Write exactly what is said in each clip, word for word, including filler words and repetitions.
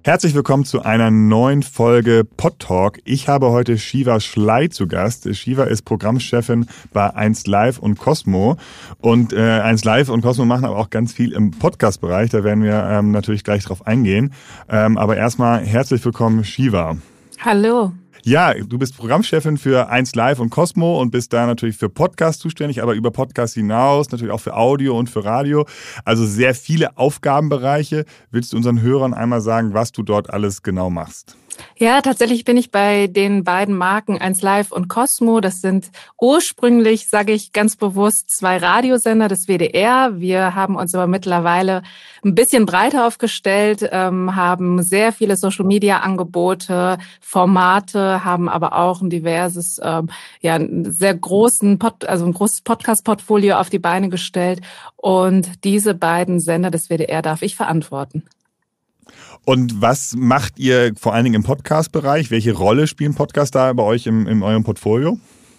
Herzlich willkommen zu einer neuen Folge Podtalk. Ich habe heute Shiva Schley zu Gast. Shiva ist Programmchefin bei eins Live und Cosmo. Und äh, eins Live und Cosmo machen aber auch ganz viel im Podcast-Bereich. Da werden wir ähm, natürlich gleich drauf eingehen. Ähm, aber erstmal herzlich willkommen, Shiva. Hallo. Ja, du bist Programmchefin für eins Live und Cosmo und bist da natürlich für Podcast zuständig, aber über Podcast hinaus natürlich auch für Audio und für Radio. Also sehr viele Aufgabenbereiche. Willst du unseren Hörern einmal sagen, was du dort alles genau machst? Ja, tatsächlich bin ich bei den beiden Marken eins Live und Cosmo. Das sind ursprünglich, sage ich ganz bewusst, zwei Radiosender des W D R. Wir haben uns aber mittlerweile ein bisschen breiter aufgestellt, ähm, haben sehr viele Social-Media-Angebote, Formate, haben aber auch ein diverses, ähm, ja, einen sehr großen, Pod, also ein großes Podcast-Portfolio auf die Beine gestellt. Und diese beiden Sender des W D R darf ich verantworten. Und was macht ihr vor allen Dingen im Podcast-Bereich? Welche Rolle spielen Podcasts da bei euch im, in eurem Portfolio?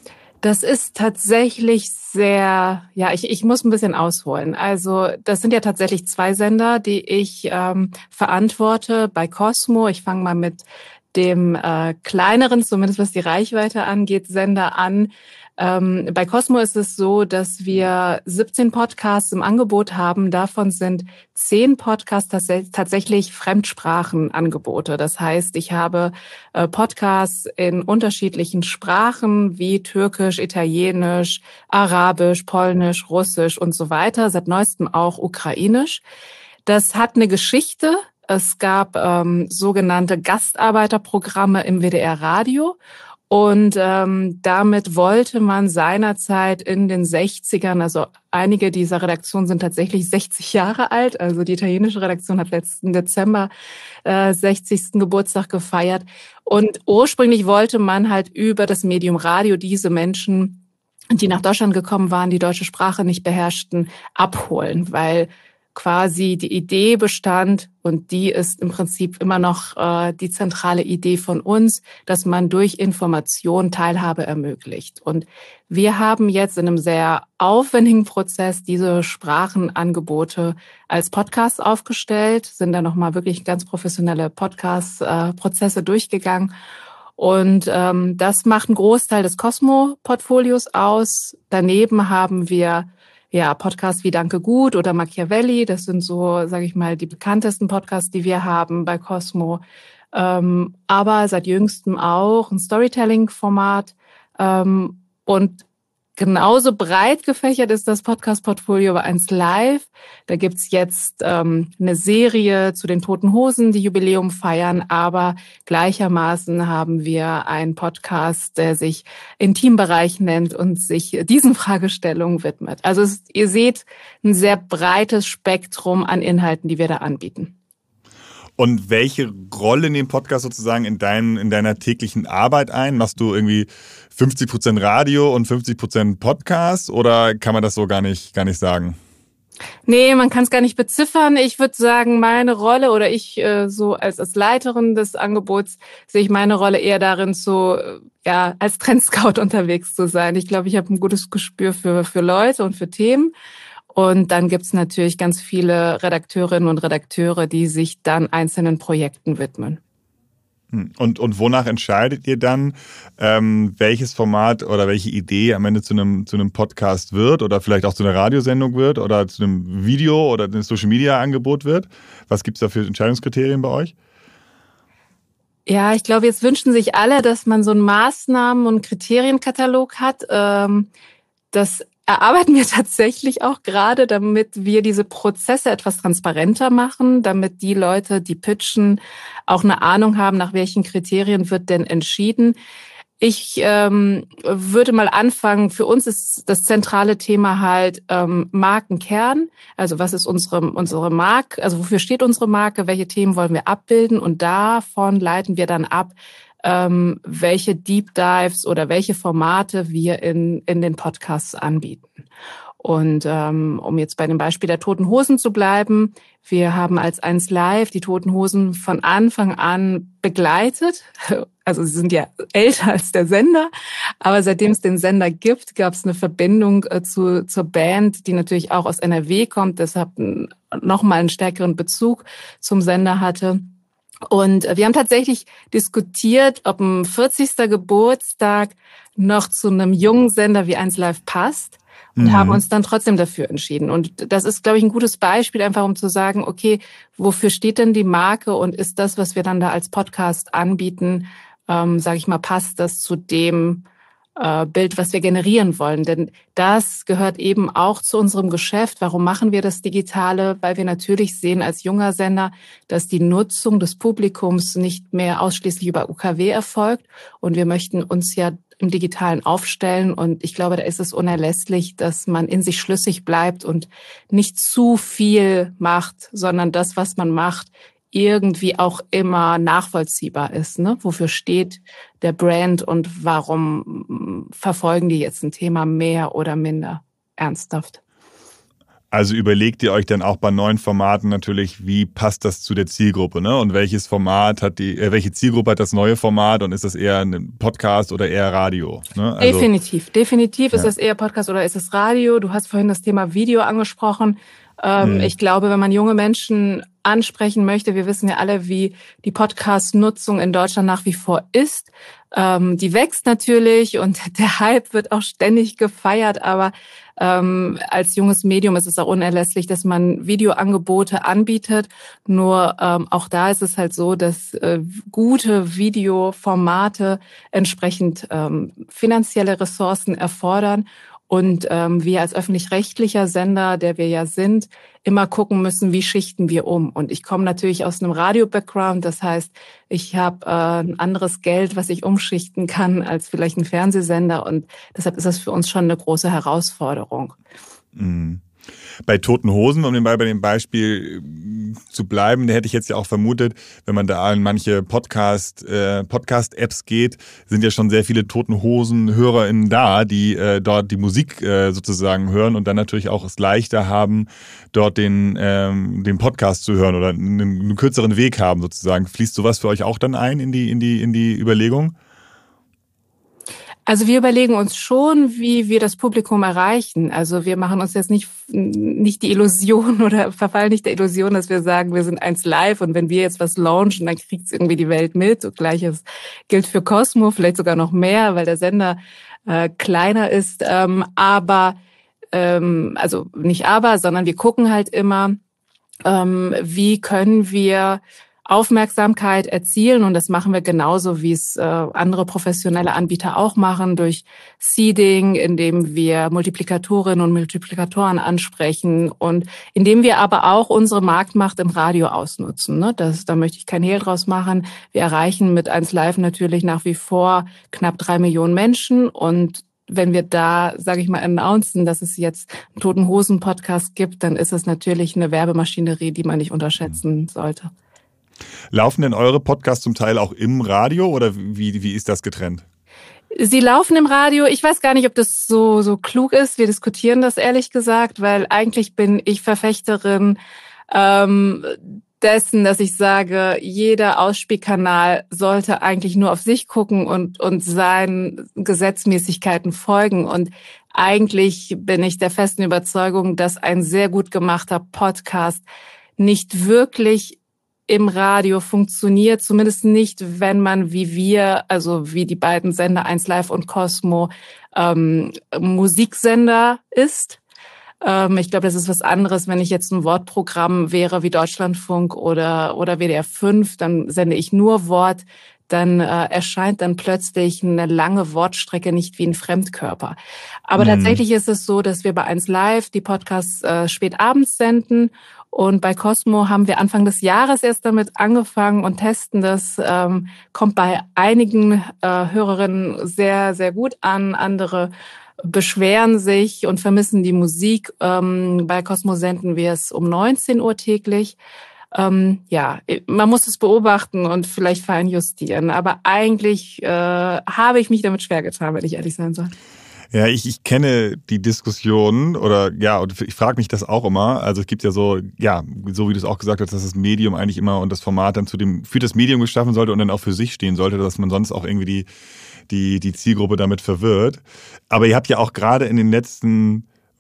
Das ist tatsächlich sehr, ja, ich, ich muss ein bisschen ausholen. Also das sind ja tatsächlich zwei Sender, die ich ähm, verantworte bei Cosmo. Ich fange mal mit dem äh, kleineren, zumindest was die Reichweite angeht, Sender an. Ähm, bei Cosmo ist es so, dass wir siebzehn Podcasts im Angebot haben. Davon sind zehn Podcasts tats- tatsächlich Fremdsprachenangebote. Das heißt, ich habe äh, Podcasts in unterschiedlichen Sprachen wie Türkisch, Italienisch, Arabisch, Polnisch, Russisch und so weiter. Seit neuestem auch Ukrainisch. Das hat eine Geschichte. Es gab ähm, sogenannte Gastarbeiterprogramme im W D R Radio. Und ähm, damit wollte man seinerzeit in den sechzigern, also einige dieser Redaktionen sind tatsächlich sechzig Jahre alt, also die italienische Redaktion hat letzten Dezember äh, sechzigsten Geburtstag gefeiert. Und ursprünglich wollte man halt über das Medium Radio diese Menschen, die nach Deutschland gekommen waren, die deutsche Sprache nicht beherrschten, abholen, weil quasi die Idee bestand, und die ist im Prinzip immer noch äh, die zentrale Idee von uns, dass man durch Information Teilhabe ermöglicht. Und wir haben jetzt in einem sehr aufwendigen Prozess diese Sprachenangebote als Podcast aufgestellt, sind da nochmal wirklich ganz professionelle Podcast-Prozesse äh, durchgegangen. Und ähm, das macht einen Großteil des Cosmo-Portfolios aus. Daneben haben wir ja Podcasts wie Danke Gut oder Machiavelli. Das sind so, sage ich mal, die bekanntesten Podcasts, die wir haben bei Cosmo. Ähm, aber seit jüngstem auch ein Storytelling-Format. Ähm, und genauso breit gefächert ist das Podcast-Portfolio bei eins Live. Da gibt's jetzt ähm, eine Serie zu den Toten Hosen, die Jubiläum feiern, aber gleichermaßen haben wir einen Podcast, der sich Intimbereich nennt und sich diesen Fragestellungen widmet. Also es, ihr seht ein sehr breites Spektrum an Inhalten, die wir da anbieten. Und welche Rolle nimmt Podcast sozusagen in, dein, in deiner täglichen Arbeit ein? Machst du irgendwie fünfzig Prozent Radio und fünfzig Prozent Podcast oder kann man das so gar nicht, gar nicht sagen? Nee, man kann es gar nicht beziffern. Ich würde sagen, meine Rolle oder ich äh, so als, als Leiterin des Angebots sehe ich meine Rolle eher darin, so äh, ja als Trendscout unterwegs zu sein. Ich glaube, ich habe ein gutes Gespür für, für Leute und für Themen. Und dann gibt's natürlich ganz viele Redakteurinnen und Redakteure, die sich dann einzelnen Projekten widmen. Und, und wonach entscheidet ihr dann, ähm, welches Format oder welche Idee am Ende zu einem, zu einem Podcast wird oder vielleicht auch zu einer Radiosendung wird oder zu einem Video oder einem Social-Media-Angebot wird? Was gibt's da für Entscheidungskriterien bei euch? Ja, ich glaube, jetzt wünschen sich alle, dass man so einen Maßnahmen- und Kriterienkatalog hat. Ähm, das erarbeiten wir tatsächlich auch gerade, damit wir diese Prozesse etwas transparenter machen, damit die Leute, die pitchen, auch eine Ahnung haben, nach welchen Kriterien wird denn entschieden. Ich ähm, würde mal anfangen, für uns ist das zentrale Thema halt ähm, Markenkern. Also was ist unsere unsere Marke, also wofür steht unsere Marke, welche Themen wollen wir abbilden und davon leiten wir dann ab, ähm, welche Deep Dives oder welche Formate wir in in den Podcasts anbieten. Und ähm, um jetzt bei dem Beispiel der Toten Hosen zu bleiben, wir haben als eins Live die Toten Hosen von Anfang an begleitet. Also sie sind ja älter als der Sender, aber seitdem es den Sender gibt, gab es eine Verbindung äh, zu zur Band, die natürlich auch aus N R W kommt, deshalb nochmal einen stärkeren Bezug zum Sender hatte. Und wir haben tatsächlich diskutiert, ob ein vierzigster Geburtstag noch zu einem jungen Sender wie eins Live passt. Und mhm. haben uns dann trotzdem dafür entschieden. Und das ist, glaube ich, ein gutes Beispiel, einfach um zu sagen, okay, wofür steht denn die Marke und ist das, was wir dann da als Podcast anbieten, ähm, sage ich mal, passt das zu dem äh, Bild, was wir generieren wollen? Denn das gehört eben auch zu unserem Geschäft. Warum machen wir das Digitale? Weil wir natürlich sehen als junger Sender, dass die Nutzung des Publikums nicht mehr ausschließlich über U K W erfolgt. Und wir möchten uns ja im Digitalen aufstellen. Und ich glaube, da ist es unerlässlich, dass man in sich schlüssig bleibt und nicht zu viel macht, sondern das, was man macht, irgendwie auch immer nachvollziehbar ist. Ne? Wofür steht der Brand und warum verfolgen die jetzt ein Thema mehr oder minder ernsthaft? Also überlegt ihr euch dann auch bei neuen Formaten natürlich, wie passt das zu der Zielgruppe, ne? Und welches Format hat die, äh, welche Zielgruppe hat das neue Format und ist das eher ein Podcast oder eher Radio? Ne? Also, definitiv, definitiv ja. Ist das eher Podcast oder ist es Radio? Du hast vorhin das Thema Video angesprochen. Ähm, mhm. Ich glaube, wenn man junge Menschen ansprechen möchte, wir wissen ja alle, wie die Podcast-Nutzung in Deutschland nach wie vor ist. Ähm, die wächst natürlich und der Hype wird auch ständig gefeiert, aber ähm, als junges Medium ist es auch unerlässlich, dass man Videoangebote anbietet. Nur ähm, auch da ist es halt so, dass äh, gute Videoformate entsprechend ähm, finanzielle Ressourcen erfordern. Und ähm, wir als öffentlich-rechtlicher Sender, der wir ja sind, immer gucken müssen, wie schichten wir um. Und ich komme natürlich aus einem Radio-Background, das heißt, ich habe äh, ein anderes Geld, was ich umschichten kann, als vielleicht ein Fernsehsender. Und deshalb ist das für uns schon eine große Herausforderung. Mhm. Bei Toten Hosen, um bei dem Beispiel zu bleiben, da hätte ich jetzt ja auch vermutet, wenn man da in manche Podcast, äh, Podcast-Apps geht, sind ja schon sehr viele Toten Hosen-HörerInnen da, die äh, dort die Musik äh, sozusagen hören und dann natürlich auch es leichter haben, dort den, ähm, den Podcast zu hören oder einen, einen kürzeren Weg haben sozusagen. Fließt sowas für euch auch dann ein in die, in die, in die Überlegung? Also wir überlegen uns schon, wie wir das Publikum erreichen. Also wir machen uns jetzt nicht nicht die Illusion oder verfallen nicht der Illusion, dass wir sagen, wir sind eins live und wenn wir jetzt was launchen, dann kriegt es irgendwie die Welt mit. Und Gleiches gilt für Cosmo, vielleicht sogar noch mehr, weil der Sender äh, kleiner ist. Ähm, aber, ähm, also nicht aber, sondern wir gucken halt immer, ähm, wie können wir Aufmerksamkeit erzielen und das machen wir genauso, wie es äh, andere professionelle Anbieter auch machen, durch Seeding, indem wir Multiplikatorinnen und Multiplikatoren ansprechen und indem wir aber auch unsere Marktmacht im Radio ausnutzen. Ne? Das, da möchte ich kein Hehl draus machen. Wir erreichen mit eins Live natürlich nach wie vor knapp drei Millionen Menschen und wenn wir da, sage ich mal, announcen, dass es jetzt einen Toten Hosen Podcast gibt, dann ist es natürlich eine Werbemaschinerie, die man nicht unterschätzen sollte. Laufen denn eure Podcasts zum Teil auch im Radio oder wie, wie ist das getrennt? Sie laufen im Radio. Ich weiß gar nicht, ob das so, so klug ist. Wir diskutieren das ehrlich gesagt, weil eigentlich bin ich Verfechterin ähm, dessen, dass ich sage, jeder Ausspielkanal sollte eigentlich nur auf sich gucken und, und seinen Gesetzmäßigkeiten folgen. Und eigentlich bin ich der festen Überzeugung, dass ein sehr gut gemachter Podcast nicht wirklich im Radio funktioniert, zumindest nicht, wenn man wie wir, also wie die beiden Sender eins Live und Cosmo, ähm, Musiksender ist. Ähm, ich glaube, das ist was anderes, wenn ich jetzt ein Wortprogramm wäre wie Deutschlandfunk oder oder W D R fünf, dann sende ich nur Wort, dann äh, erscheint dann plötzlich eine lange Wortstrecke nicht wie ein Fremdkörper. Aber mhm. tatsächlich ist es so, dass wir bei eins Live die Podcasts äh, spät abends senden. Und bei Cosmo haben wir Anfang des Jahres erst damit angefangen und testen das. Ähm, kommt bei einigen äh, Hörerinnen sehr, sehr gut an. Andere beschweren sich und vermissen die Musik. Ähm, bei Cosmo senden wir es um neunzehn Uhr täglich. Ähm, ja, man muss es beobachten und vielleicht feinjustieren. Aber eigentlich äh, habe ich mich damit schwer getan, wenn ich ehrlich sein soll. Ja, ich, ich kenne die Diskussion oder ja, und ich frage mich das auch immer. Also es gibt ja so, ja, so wie du es auch gesagt hast, dass das Medium eigentlich immer und das Format dann zu dem für das Medium geschaffen sollte und dann auch für sich stehen sollte, dass man sonst auch irgendwie die die die Zielgruppe damit verwirrt. Aber ihr habt ja auch gerade in den letzten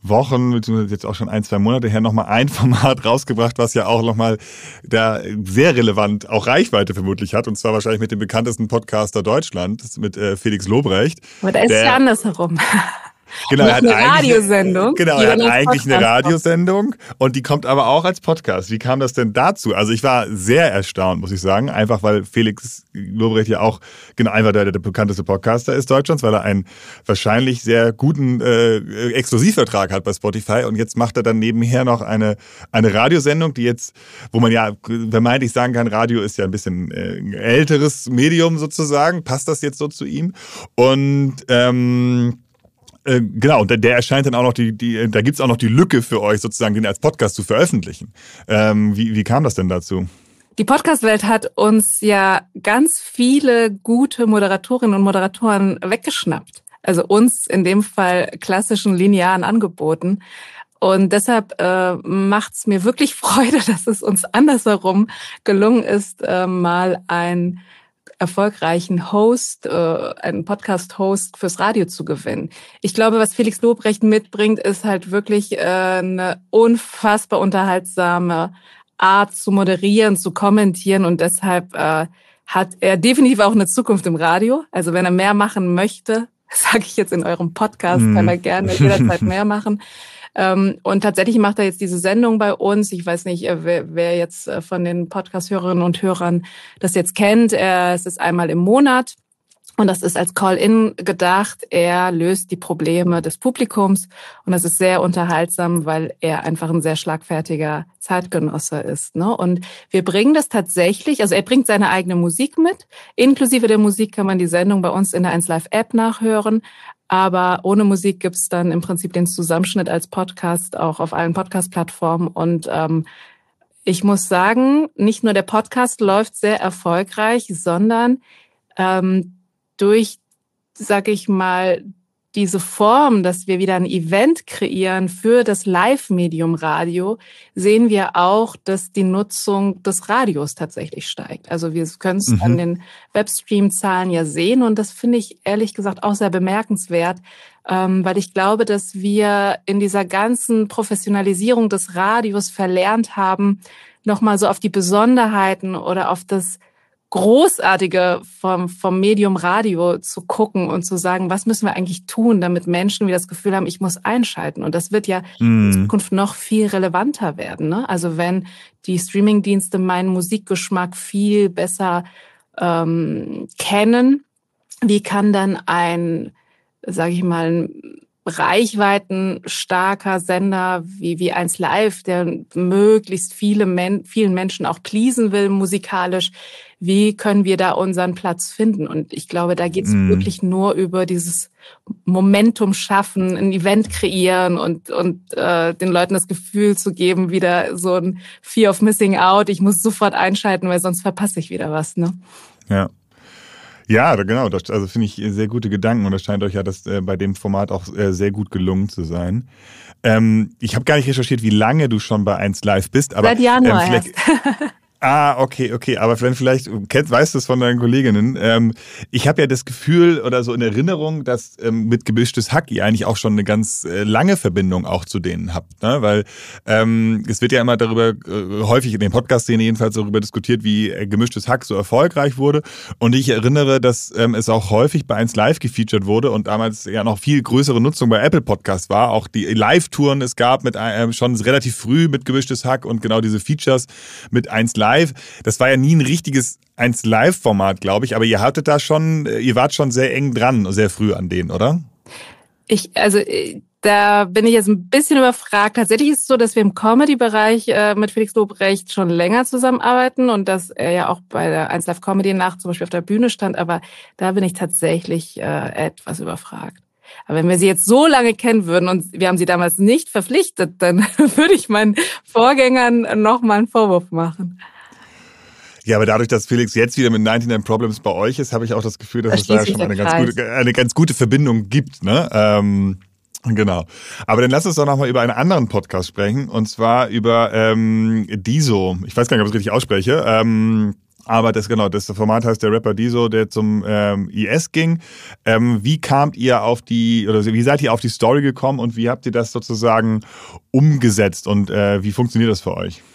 Wochen, beziehungsweise jetzt auch schon ein, zwei Monate her, nochmal ein Format rausgebracht, was ja auch nochmal da sehr relevant auch Reichweite vermutlich hat. Und zwar wahrscheinlich mit dem bekanntesten Podcaster Deutschlands, mit äh, Felix Lobrecht. Aber da ist der, ja andersherum. Genau, er hat eine eigentlich, Radiosendung. Genau, er hat eigentlich eine Radiosendung und die kommt aber auch als Podcast. Wie kam das denn dazu? Also ich war sehr erstaunt, muss ich sagen, einfach weil Felix Lobrecht ja auch genau einfach der, der bekannteste Podcaster ist Deutschlands, weil er einen wahrscheinlich sehr guten äh, Exklusivvertrag hat bei Spotify und jetzt macht er dann nebenher noch eine eine Radiosendung, die jetzt, wo man ja vermeintlich sagen kann, Radio ist ja ein bisschen äh, älteres Medium sozusagen, passt das jetzt so zu ihm? Und ähm, Äh, genau, und der, der erscheint dann auch noch, die, die, da gibt's auch noch die Lücke für euch sozusagen, den als Podcast zu veröffentlichen. Ähm, wie, wie kam das denn dazu? Die Podcast-Welt hat uns ja ganz viele gute Moderatorinnen und Moderatoren weggeschnappt. Also uns in dem Fall klassischen linearen Angeboten. Und deshalb äh, macht's mir wirklich Freude, dass es uns andersherum gelungen ist, äh, mal ein erfolgreichen Host, äh, einen Podcast-Host fürs Radio zu gewinnen. Ich glaube, was Felix Lobrecht mitbringt, ist halt wirklich äh, eine unfassbar unterhaltsame Art zu moderieren, zu kommentieren und deshalb äh, hat er definitiv auch eine Zukunft im Radio. Also wenn er mehr machen möchte, sage ich jetzt in eurem Podcast, mm. kann er gerne jederzeit mehr machen. Und tatsächlich macht er jetzt diese Sendung bei uns. Ich weiß nicht, wer, wer jetzt von den Podcast-Hörerinnen und Hörern das jetzt kennt. Es ist einmal im Monat und das ist als Call-in gedacht. Er löst die Probleme des Publikums und das ist sehr unterhaltsam, weil er einfach ein sehr schlagfertiger Zeitgenosse ist, ne? Und wir bringen das tatsächlich, also er bringt seine eigene Musik mit. Inklusive der Musik kann man die Sendung bei uns in der eins Live App nachhören. Aber ohne Musik gibt's dann im Prinzip den Zusammenschnitt als Podcast auch auf allen Podcast-Plattformen. Und ähm, ich muss sagen, nicht nur der Podcast läuft sehr erfolgreich, sondern ähm, durch, sag ich mal, diese Form, dass wir wieder ein Event kreieren für das Live-Medium Radio, sehen wir auch, dass die Nutzung des Radios tatsächlich steigt. Also wir können es mhm. an den Webstream-Zahlen ja sehen und das finde ich ehrlich gesagt auch sehr bemerkenswert, ähm, weil ich glaube, dass wir in dieser ganzen Professionalisierung des Radios verlernt haben, nochmal so auf die Besonderheiten oder auf das Großartige vom, vom Medium Radio zu gucken und zu sagen, was müssen wir eigentlich tun, damit Menschen wieder das Gefühl haben, ich muss einschalten. Und das wird ja mm. in Zukunft noch viel relevanter werden, ne? Also wenn die Streamingdienste meinen Musikgeschmack viel besser ähm, kennen, wie kann dann ein, sage ich mal, ein reichweitenstarker Sender wie wie eins Live, der möglichst viele Men- vielen Menschen auch pleasen will musikalisch, wie können wir da unseren Platz finden? Und ich glaube, da geht es mm. wirklich nur über dieses Momentum schaffen, ein Event kreieren und und äh, den Leuten das Gefühl zu geben, wieder so ein Fear of Missing Out, ich muss sofort einschalten, weil sonst verpasse ich wieder was, ne? Ja. Ja, genau. Das, also finde ich sehr gute Gedanken und das scheint euch ja das äh, bei dem Format auch äh, sehr gut gelungen zu sein. Ähm, ich habe gar nicht recherchiert, wie lange du schon bei eins Live bist, aber seit Januar ähm, vielleicht. Ah, okay, okay. Aber vielleicht, vielleicht kennst, weißt du es von deinen Kolleginnen. Ähm, ich habe ja das Gefühl oder so in Erinnerung, dass ähm, mit Gemischtes Hack ihr eigentlich auch schon eine ganz äh, lange Verbindung auch zu denen habt, ne? Weil ähm, es wird ja immer darüber, äh, häufig in den Podcast-Szenen jedenfalls darüber diskutiert, wie äh, Gemischtes Hack so erfolgreich wurde. Und ich erinnere, dass ähm, es auch häufig bei eins Live gefeatured wurde und damals ja noch viel größere Nutzung bei Apple Podcast war. Auch die Live-Touren es gab mit äh, schon relativ früh mit Gemischtes Hack und genau diese Features mit eins Live. Das war ja nie ein richtiges eins Live-Format, glaube ich, aber ihr hattet da schon, ihr wart schon sehr eng dran, sehr früh an denen, oder? Ich, also da bin ich jetzt ein bisschen überfragt. Tatsächlich ist es so, dass wir im Comedy-Bereich äh, mit Felix Lobrecht schon länger zusammenarbeiten und dass er ja auch bei der eins Live Comedy Nacht zum Beispiel auf der Bühne stand, aber da bin ich tatsächlich äh, etwas überfragt. Aber wenn wir sie jetzt so lange kennen würden und wir haben sie damals nicht verpflichtet, dann würde ich meinen Vorgängern noch mal einen Vorwurf machen. Ja, aber dadurch, dass Felix jetzt wieder mit neunundneunzig Problems bei euch ist, habe ich auch das Gefühl, dass es da ja schon eine ganz, gute, eine ganz gute Verbindung gibt, ne? Ähm, genau. Aber dann lass uns doch nochmal über einen anderen Podcast sprechen, und zwar über ähm, Diso. Ich weiß gar nicht, ob ich es richtig ausspreche. Ähm, Aber das genau, das Format heißt der Rapper Diso, der zum ähm, I S ging. Ähm, wie kamt ihr auf die, oder wie seid ihr auf die Story gekommen und wie habt ihr das sozusagen umgesetzt und äh, wie funktioniert das für euch?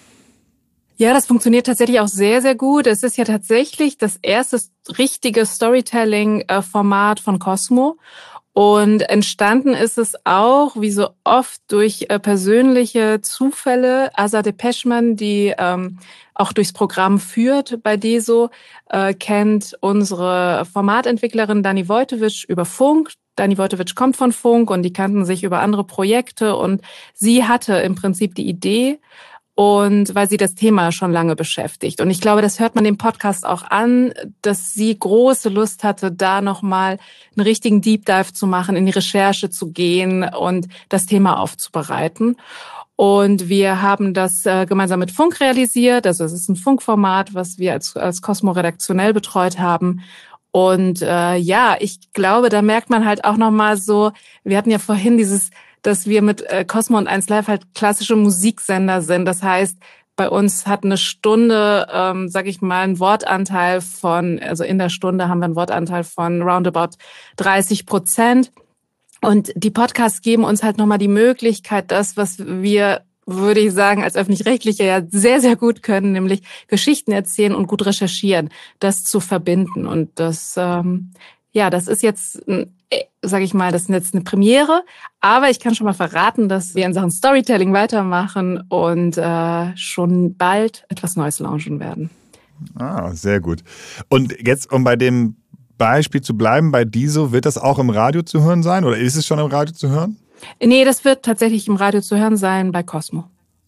Ja, das funktioniert tatsächlich auch sehr, sehr gut. Es ist ja tatsächlich das erste richtige Storytelling-Format von Cosmo. Und entstanden ist es auch, wie so oft, durch äh, persönliche Zufälle. Azadeh Peschman, die ähm, auch durchs Programm führt bei Deso, äh, kennt unsere Formatentwicklerin Dani Wojtowicz über Funk. Dani Wojtowicz kommt von Funk und die kannten sich über andere Projekte. Und sie hatte im Prinzip die Idee, und weil sie das Thema schon lange beschäftigt. Und ich glaube, das hört man dem Podcast auch an, dass sie große Lust hatte, da nochmal einen richtigen Deep Dive zu machen, in die Recherche zu gehen und das Thema aufzubereiten. Und wir haben das äh, gemeinsam mit Funk realisiert. Also es ist ein Funkformat, was wir als, als Cosmo redaktionell betreut haben. Und äh, ja, ich glaube, da merkt man halt auch nochmal so, wir hatten ja vorhin dieses, dass wir mit äh, Cosmo und eins Live halt klassische Musiksender sind. Das heißt, bei uns hat eine Stunde, ähm, sag ich mal, einen Wortanteil von, also in der Stunde haben wir einen Wortanteil von roundabout dreißig Prozent. Und die Podcasts geben uns halt nochmal die Möglichkeit, das, was wir, würde ich sagen, als Öffentlich-Rechtliche ja sehr, sehr gut können, nämlich Geschichten erzählen und gut recherchieren, das zu verbinden. Und das, ähm, ja, das ist jetzt, sage ich mal, das ist jetzt eine Premiere, aber ich kann schon mal verraten, dass wir in Sachen Storytelling weitermachen und äh, schon bald etwas Neues launchen werden. Ah, sehr gut. Und jetzt, um bei dem Beispiel zu bleiben, bei Diso, wird das auch im Radio zu hören sein oder ist es schon im Radio zu hören? Nee, das wird tatsächlich im Radio zu hören sein bei Cosmo.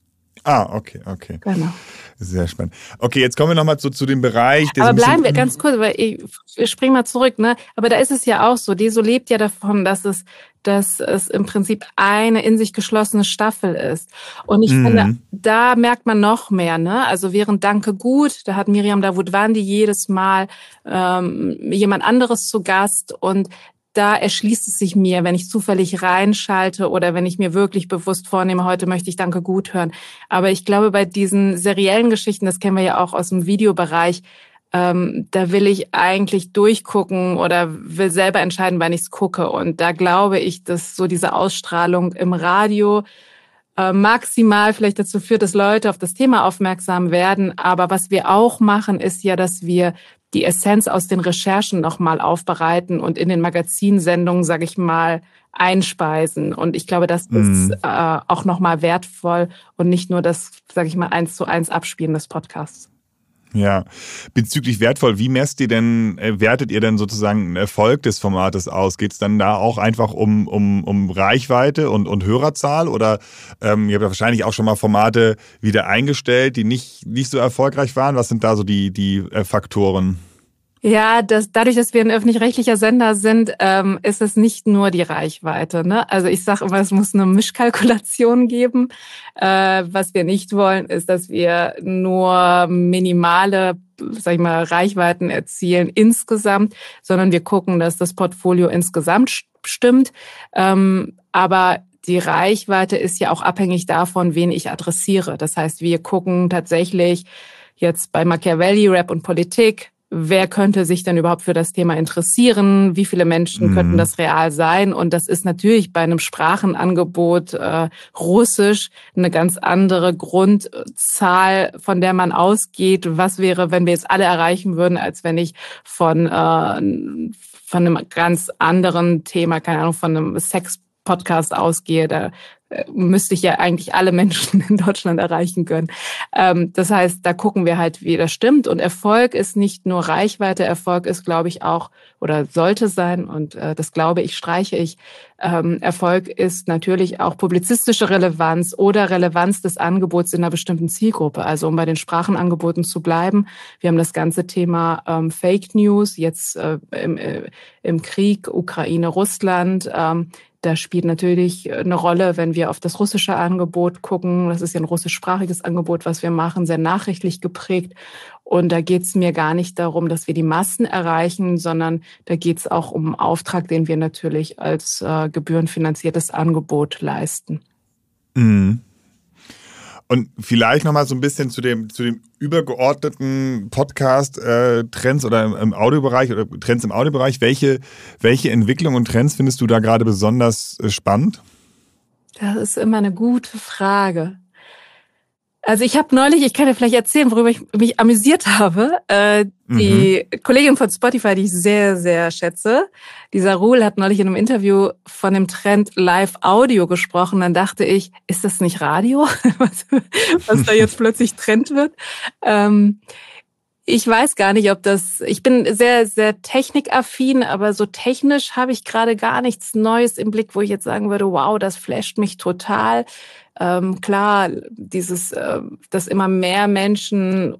Ah, okay, okay. Genau. Sehr spannend. Okay, jetzt kommen wir nochmal zu, zu dem Bereich. Der Aber so bleiben wir ganz kurz, weil ich, ich spring mal zurück, ne? Aber da ist es ja auch so, Deso lebt ja davon, dass es, dass es im Prinzip eine in sich geschlossene Staffel ist. Und ich mhm. finde, da merkt man noch mehr, ne? Also während Danke gut, da hat Miriam Davutwandi jedes Mal ähm, jemand anderes zu Gast und da erschließt es sich mir, wenn ich zufällig reinschalte oder wenn ich mir wirklich bewusst vornehme, heute möchte ich Danke gut hören. Aber ich glaube, bei diesen seriellen Geschichten, das kennen wir ja auch aus dem Videobereich, ähm, da will ich eigentlich durchgucken oder will selber entscheiden, wann ich es gucke. Und da glaube ich, dass so diese Ausstrahlung im Radio äh, maximal vielleicht dazu führt, dass Leute auf das Thema aufmerksam werden. Aber was wir auch machen, ist ja, dass wir die Essenz aus den Recherchen nochmal aufbereiten und in den Magazinsendungen, sage ich mal, einspeisen. Und ich glaube, das mm. ist äh, auch nochmal wertvoll und nicht nur das, sage ich mal, eins zu eins Abspielen des Podcasts. Ja, bezüglich wertvoll, wie messt ihr denn, äh, wertet ihr denn sozusagen den Erfolg des Formates aus? Geht es dann da auch einfach um, um, um Reichweite und, und Hörerzahl? Oder ähm, ihr habt ja wahrscheinlich auch schon mal Formate wieder eingestellt, die nicht, nicht so erfolgreich waren. Was sind da so die, die äh, Faktoren? Ja, das, dadurch, dass wir ein öffentlich-rechtlicher Sender sind, ähm, ist es nicht nur die Reichweite, ne? Also ich sage immer, es muss eine Mischkalkulation geben. Äh, was wir nicht wollen, ist, dass wir nur minimale, sag ich mal, Reichweiten erzielen insgesamt, sondern wir gucken, dass das Portfolio insgesamt stimmt. Ähm, aber die Reichweite ist ja auch abhängig davon, wen ich adressiere. Das heißt, wir gucken tatsächlich jetzt bei Machiavelli, Rap und Politik, wer könnte sich denn überhaupt für das Thema interessieren? Wie viele Menschen mhm. könnten das real sein? Und das ist natürlich bei einem Sprachenangebot äh, Russisch eine ganz andere Grundzahl, von der man ausgeht. Was wäre, wenn wir jetzt alle erreichen würden, als wenn ich von äh, von einem ganz anderen Thema, keine Ahnung, von einem Sex-Podcast ausgehe? Da müsste ich ja eigentlich alle Menschen in Deutschland erreichen können. Ähm, das heißt, da gucken wir halt, wie das stimmt. Und Erfolg ist nicht nur Reichweite, Erfolg ist, glaube ich, auch, oder sollte sein, und äh, das glaube ich, streiche ich, ähm, Erfolg ist natürlich auch publizistische Relevanz oder Relevanz des Angebots in einer bestimmten Zielgruppe. Also um bei den Sprachenangeboten zu bleiben, wir haben das ganze Thema ähm, Fake News, jetzt äh, im, äh, im Krieg Ukraine, Russland, ähm, da spielt natürlich eine Rolle, wenn wir auf das russische Angebot gucken. Das ist ja ein russischsprachiges Angebot, was wir machen, sehr nachrichtlich geprägt. Und da geht es mir gar nicht darum, dass wir die Massen erreichen, sondern da geht es auch um einen Auftrag, den wir natürlich als äh, gebührenfinanziertes Angebot leisten. Mhm. Und vielleicht nochmal so ein bisschen zu dem, zu dem übergeordneten Podcast-Trends oder im, im Audiobereich oder Trends im Audiobereich. Welche, welche Entwicklungen und Trends findest du da gerade besonders spannend? Das ist immer eine gute Frage. Also ich habe neulich, ich kann dir vielleicht erzählen, worüber ich mich amüsiert habe. Äh, die mhm. Kollegin von Spotify, die ich sehr, sehr schätze, Lisa Ruhl, hat neulich in einem Interview von dem Trend Live-Audio gesprochen. Dann dachte ich, ist das nicht Radio, was, was da jetzt plötzlich Trend wird? Ähm, ich weiß gar nicht, ob das, ich bin sehr, sehr technikaffin, aber so technisch habe ich gerade gar nichts Neues im Blick, wo ich jetzt sagen würde, wow, das flasht mich total. Ähm, klar, dieses, äh, dass immer mehr Menschen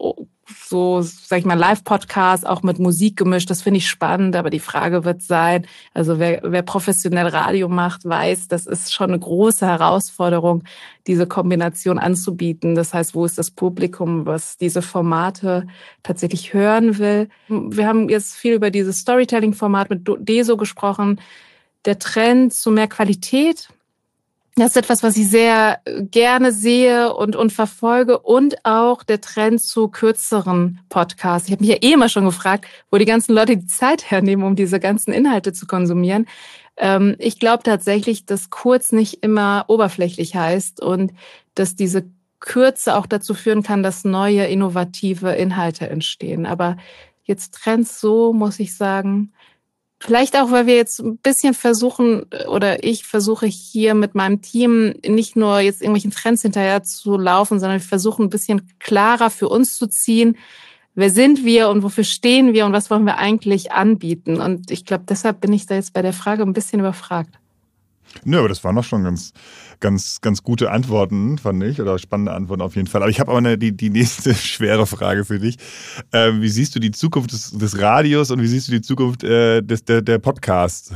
so, sag ich mal, Live-Podcasts auch mit Musik gemischt, das finde ich spannend, aber die Frage wird sein, also wer, wer professionell Radio macht, weiß, das ist schon eine große Herausforderung, diese Kombination anzubieten. Das heißt, wo ist das Publikum, was diese Formate tatsächlich hören will? Wir haben jetzt viel über dieses Storytelling-Format mit Deso gesprochen. Der Trend zu mehr Qualität, das ist etwas, was ich sehr gerne sehe und, und verfolge. Und auch der Trend zu kürzeren Podcasts. Ich habe mich ja eh immer schon gefragt, wo die ganzen Leute die Zeit hernehmen, um diese ganzen Inhalte zu konsumieren. Ähm, ich glaube tatsächlich, dass kurz nicht immer oberflächlich heißt und dass diese Kürze auch dazu führen kann, dass neue, innovative Inhalte entstehen. Aber jetzt Trends so, muss ich sagen, vielleicht auch, weil wir jetzt ein bisschen versuchen, oder ich versuche hier mit meinem Team nicht nur jetzt irgendwelchen Trends hinterher zu laufen, sondern wir versuchen ein bisschen klarer für uns zu ziehen, wer sind wir und wofür stehen wir und was wollen wir eigentlich anbieten. Und ich glaube, deshalb bin ich da jetzt bei der Frage ein bisschen überfragt. Nö, aber das waren doch schon ganz, ganz, ganz gute Antworten, fand ich, oder spannende Antworten auf jeden Fall. Aber ich habe aber eine, die, die nächste schwere Frage für dich. Ähm, wie siehst du die Zukunft des, des Radios und wie siehst du die Zukunft äh, des, der, der Podcasts?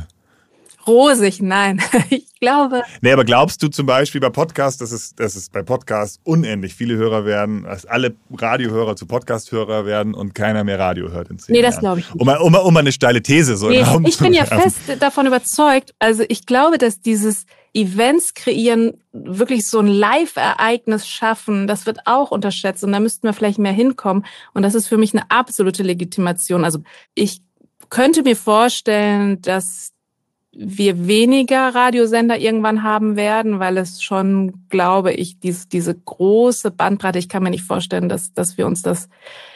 Rosig, nein. Ich glaube... Nee, aber glaubst du zum Beispiel bei Podcasts, dass es, dass es bei Podcasts unendlich viele Hörer werden, dass alle Radiohörer zu Podcast-Hörer werden und keiner mehr Radio hört in zehn Nee, Jahren? das glaube ich nicht. Um mal, um, mal, um mal eine steile These so nee, in den Raum ich zu bin ja werfen. fest davon überzeugt, also ich glaube, dass dieses Events kreieren, wirklich so ein Live-Ereignis schaffen, das wird auch unterschätzt und da müssten wir vielleicht mehr hinkommen und das ist für mich eine absolute Legitimation. Also ich könnte mir vorstellen, dass wir weniger Radiosender irgendwann haben werden, weil es schon, glaube ich, diese, diese große Bandbreite, ich kann mir nicht vorstellen, dass, dass wir uns das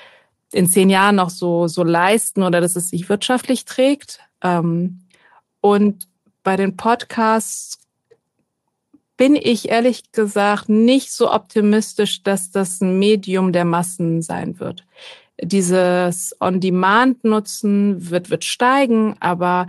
in zehn Jahren noch so, so leisten oder dass es sich wirtschaftlich trägt. Und bei den Podcasts bin ich ehrlich gesagt nicht so optimistisch, dass das ein Medium der Massen sein wird. Dieses On-Demand-Nutzen wird, wird steigen, aber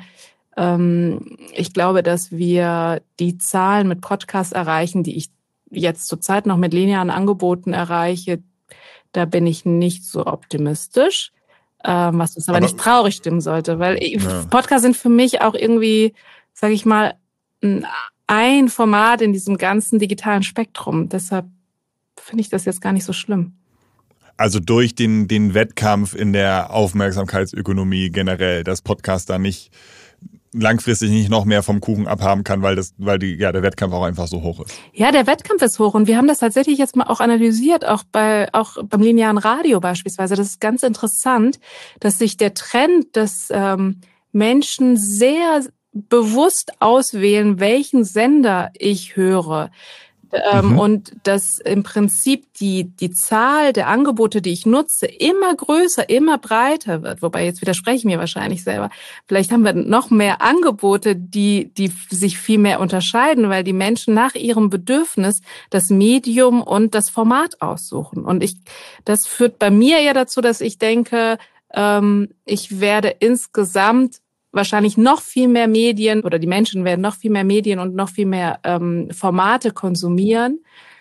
ähm, ich glaube, dass wir die Zahlen mit Podcasts erreichen, die ich jetzt zurzeit noch mit linearen Angeboten erreiche. Da bin ich nicht so optimistisch, ähm, was uns aber, aber nicht traurig stimmen sollte, weil ja. Podcasts sind für mich auch irgendwie, sage ich mal, ein ein Format in diesem ganzen digitalen Spektrum. Deshalb finde ich das jetzt gar nicht so schlimm. Also durch den, den Wettkampf in der Aufmerksamkeitsökonomie generell, dass Podcast da nicht langfristig nicht noch mehr vom Kuchen abhaben kann, weil das, weil die, ja, der Wettkampf auch einfach so hoch ist. Ja, der Wettkampf ist hoch und wir haben das tatsächlich jetzt mal auch analysiert, auch bei, auch beim linearen Radio beispielsweise. Das ist ganz interessant, dass sich der Trend, dass ähm, Menschen sehr bewusst auswählen, welchen Sender ich höre. Ähm, mhm. Und dass im Prinzip die, die Zahl der Angebote, die ich nutze, immer größer, immer breiter wird. Wobei, jetzt widerspreche ich mir wahrscheinlich selber. Vielleicht haben wir noch mehr Angebote, die, die sich viel mehr unterscheiden, weil die Menschen nach ihrem Bedürfnis das Medium und das Format aussuchen. Und ich, das führt bei mir ja dazu, dass ich denke, ähm, ich werde insgesamt wahrscheinlich noch viel mehr Medien oder die Menschen werden noch viel mehr Medien und noch viel mehr ähm, Formate konsumieren.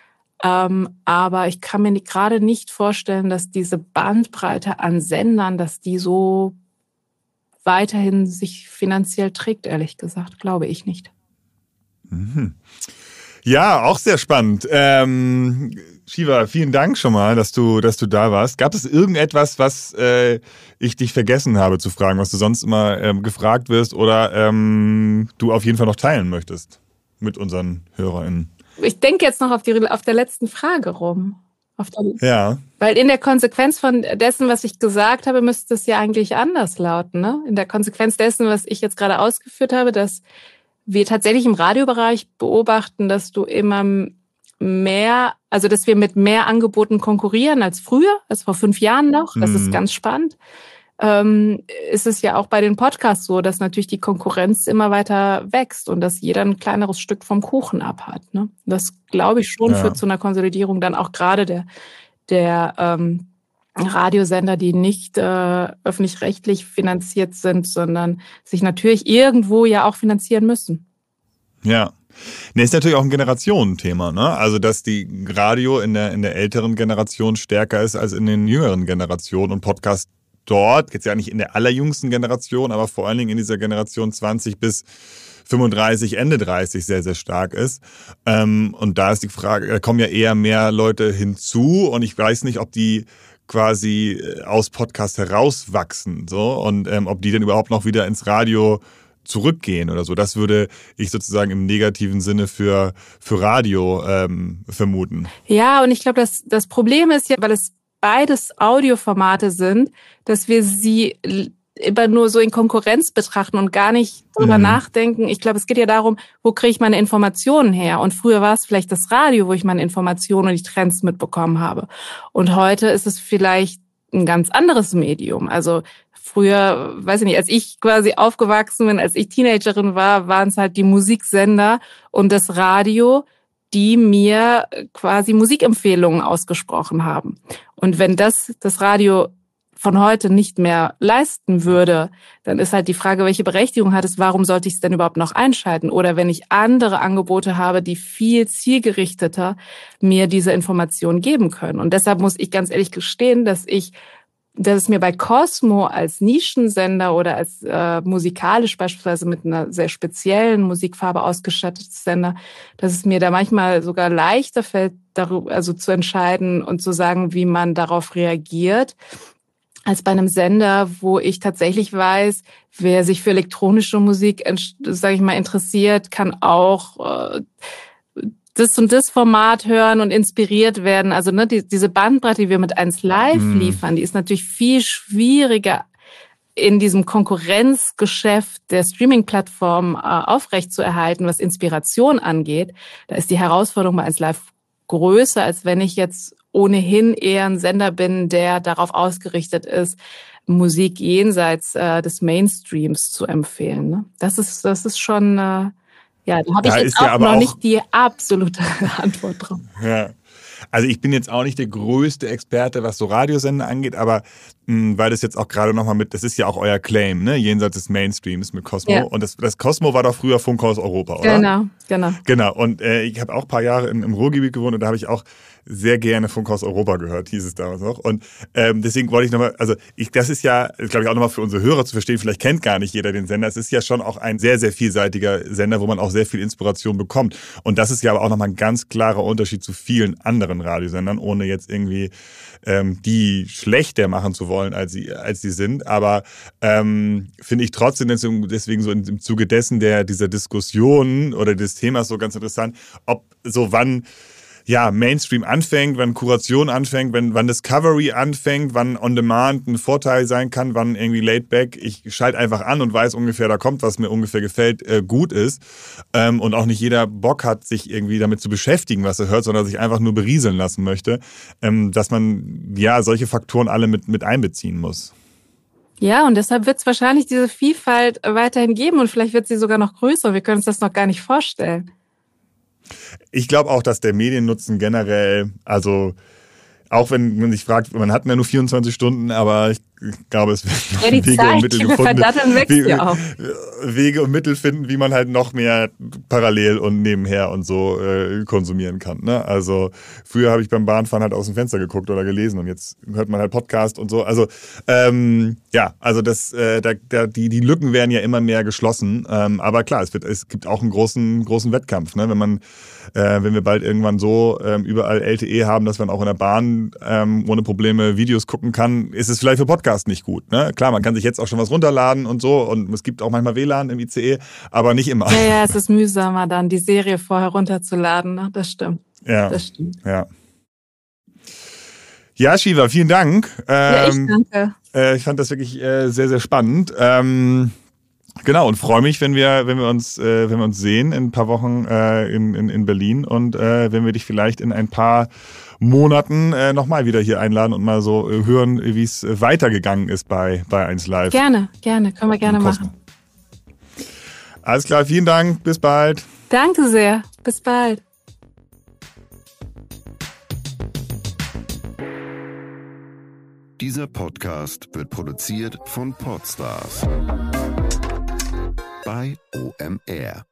Ähm, aber ich kann mir nicht, gerade nicht vorstellen, dass diese Bandbreite an Sendern, dass die so weiterhin sich finanziell trägt, ehrlich gesagt, glaube ich nicht. Mhm. Ja, auch sehr spannend. Ähm, Shiva, vielen Dank schon mal, dass du, dass du da warst. Gab es irgendetwas, was äh, ich dich vergessen habe zu fragen, was du sonst immer ähm, gefragt wirst oder ähm, du auf jeden Fall noch teilen möchtest mit unseren HörerInnen? Ich denke jetzt noch auf, die, auf der letzten Frage rum. Auf der, ja. Weil in der Konsequenz von dessen, was ich gesagt habe, müsste es ja eigentlich anders lauten. Ne? In der Konsequenz dessen, was ich jetzt gerade ausgeführt habe, dass wir tatsächlich im Radiobereich beobachten, dass du immer mehr, also dass wir mit mehr Angeboten konkurrieren als früher, als vor fünf Jahren noch. Das mhm. ist ganz spannend. Ähm, ist es ja auch bei den Podcasts so, dass natürlich die Konkurrenz immer weiter wächst und dass jeder ein kleineres Stück vom Kuchen abhat. Ne? Das, glaube ich, schon ja. führt zu einer Konsolidierung dann auch gerade der, der ähm, Radiosender, die nicht äh, öffentlich-rechtlich finanziert sind, sondern sich natürlich irgendwo ja auch finanzieren müssen. Ja. Ne, ist natürlich auch ein Generationenthema, ne? Also, dass die Radio in der, in der älteren Generation stärker ist als in den jüngeren Generationen und Podcast dort, jetzt ja nicht in der allerjüngsten Generation, aber vor allen Dingen in dieser Generation zwanzig bis fünfunddreißig, Ende dreißig sehr, sehr stark ist. Ähm, und da ist die Frage, da kommen ja eher mehr Leute hinzu und ich weiß nicht, ob die quasi aus Podcast herauswachsen, so, und ähm, ob die denn überhaupt noch wieder ins Radio zurückgehen oder so. Das würde ich sozusagen im negativen Sinne für, für Radio ähm, vermuten. Ja, und ich glaube, das, das Problem ist ja, weil es beides Audioformate sind, dass wir sie immer nur so in Konkurrenz betrachten und gar nicht drüber mhm. nachdenken. Ich glaube, es geht ja darum, wo kriege ich meine Informationen her? Und früher war es vielleicht das Radio, wo ich meine Informationen und die Trends mitbekommen habe. Und heute ist es vielleicht ein ganz anderes Medium. Also früher, weiß ich nicht, als ich quasi aufgewachsen bin, als ich Teenagerin war, waren es halt die Musiksender und das Radio, die mir quasi Musikempfehlungen ausgesprochen haben. Und wenn das das Radio von heute nicht mehr leisten würde, dann ist halt die Frage, welche Berechtigung hat es, warum sollte ich es denn überhaupt noch einschalten? Oder wenn ich andere Angebote habe, die viel zielgerichteter mir diese Informationen geben können. Und deshalb muss ich ganz ehrlich gestehen, dass ich dass es mir bei Cosmo als Nischensender oder als äh, musikalisch beispielsweise mit einer sehr speziellen Musikfarbe ausgestattetes Sender, dass es mir da manchmal sogar leichter fällt, darüber, also zu entscheiden und zu sagen, wie man darauf reagiert, als bei einem Sender, wo ich tatsächlich weiß, wer sich für elektronische Musik, sage ich mal, interessiert, kann auch äh, das und das Format hören und inspiriert werden. Also ne, die, diese Bandbreite, die wir mit eins Live mm. liefern, die ist natürlich viel schwieriger in diesem Konkurrenzgeschäft der Streaming-Plattform äh, aufrechtzuerhalten, was Inspiration angeht. Da ist die Herausforderung bei eins Live größer, als wenn ich jetzt ohnehin eher ein Sender bin, der darauf ausgerichtet ist, Musik jenseits äh, des Mainstreams zu empfehlen. Ne? Das ist, das ist schon... Äh, Ja, da habe ich jetzt auch noch nicht die absolute Antwort drauf. Ja. Also ich bin jetzt auch nicht der größte Experte, was so Radiosender angeht, aber mh, weil das jetzt auch gerade nochmal mit, das ist ja auch euer Claim, ne, jenseits des Mainstreams mit Cosmo. Ja. Und das, das Cosmo war doch früher Funkhaus Europa, oder? Genau, genau. Genau, und äh, ich habe auch ein paar Jahre im, im Ruhrgebiet gewohnt und da habe ich auch sehr gerne Funkhaus Europa gehört, hieß es damals noch. Und ähm, deswegen wollte ich nochmal, also ich, das ist ja, glaube ich, auch nochmal für unsere Hörer zu verstehen, vielleicht kennt gar nicht jeder den Sender. Es ist ja schon auch ein sehr, sehr vielseitiger Sender, wo man auch sehr viel Inspiration bekommt. Und das ist ja aber auch nochmal ein ganz klarer Unterschied zu vielen anderen Radiosendern, ohne jetzt irgendwie ähm, die schlechter machen zu wollen, als sie, als sie sind. Aber ähm, finde ich trotzdem deswegen so im Zuge dessen der dieser Diskussion oder des Themas so ganz interessant, ob so wann ja, Mainstream anfängt, wann Kuration anfängt, wenn, wann Discovery anfängt, wann On-Demand ein Vorteil sein kann, wann irgendwie Laid-Back, ich schalte einfach an und weiß ungefähr, da kommt, was mir ungefähr gefällt, äh, gut ist. Ähm, und auch nicht jeder Bock hat, sich irgendwie damit zu beschäftigen, was er hört, sondern sich einfach nur berieseln lassen möchte, ähm, dass man ja solche Faktoren alle mit, mit einbeziehen muss. Ja, und deshalb wird es wahrscheinlich diese Vielfalt weiterhin geben und vielleicht wird sie sogar noch größer. Wir können uns das noch gar nicht vorstellen. Ich glaube auch, dass der Mediennutzen generell, also auch wenn man sich fragt, man hat ja nur vierundzwanzig Stunden, aber ich glaube, es werden noch ja, die Wege Zeit, und Mittel die gefunden. wächst Wege, ja auch. Wege und Mittel finden, wie man halt noch mehr parallel und nebenher und so äh, konsumieren kann. Ne? Also früher habe ich beim Bahnfahren halt aus dem Fenster geguckt oder gelesen und jetzt hört man halt Podcast und so. Also ähm, ja, also das, äh, da, da, die, die Lücken werden ja immer mehr geschlossen. Ähm, aber klar, es, wird, es gibt auch einen großen, großen Wettkampf. Ne? Wenn man, äh, wenn wir bald irgendwann so ähm, überall L T E haben, dass man auch in der Bahn ähm, ohne Probleme Videos gucken kann, ist es vielleicht für Podcasts Podcast nicht gut. Ne? Klar, man kann sich jetzt auch schon was runterladen und so und es gibt auch manchmal W L A N im I C E, aber nicht immer. Ja, ja, es ist mühsamer dann, die Serie vorher runterzuladen. Ne? Das stimmt. Ja, das stimmt. Ja, ja Shiva, vielen Dank. Ähm, ja, ich danke. Äh, ich fand das wirklich äh, sehr, sehr spannend. Ähm, Genau, und freue mich, wenn wir, wenn wir uns, äh, wenn wir uns sehen in ein paar Wochen äh, in, in, in Berlin und äh, wenn wir dich vielleicht in ein paar Monaten äh, nochmal wieder hier einladen und mal so äh, hören, wie es weitergegangen ist bei, bei eins Live. Gerne, gerne, können wir gerne machen. Alles klar, vielen Dank, bis bald. Danke sehr, bis bald. Dieser Podcast wird produziert von Podstars bei O M R.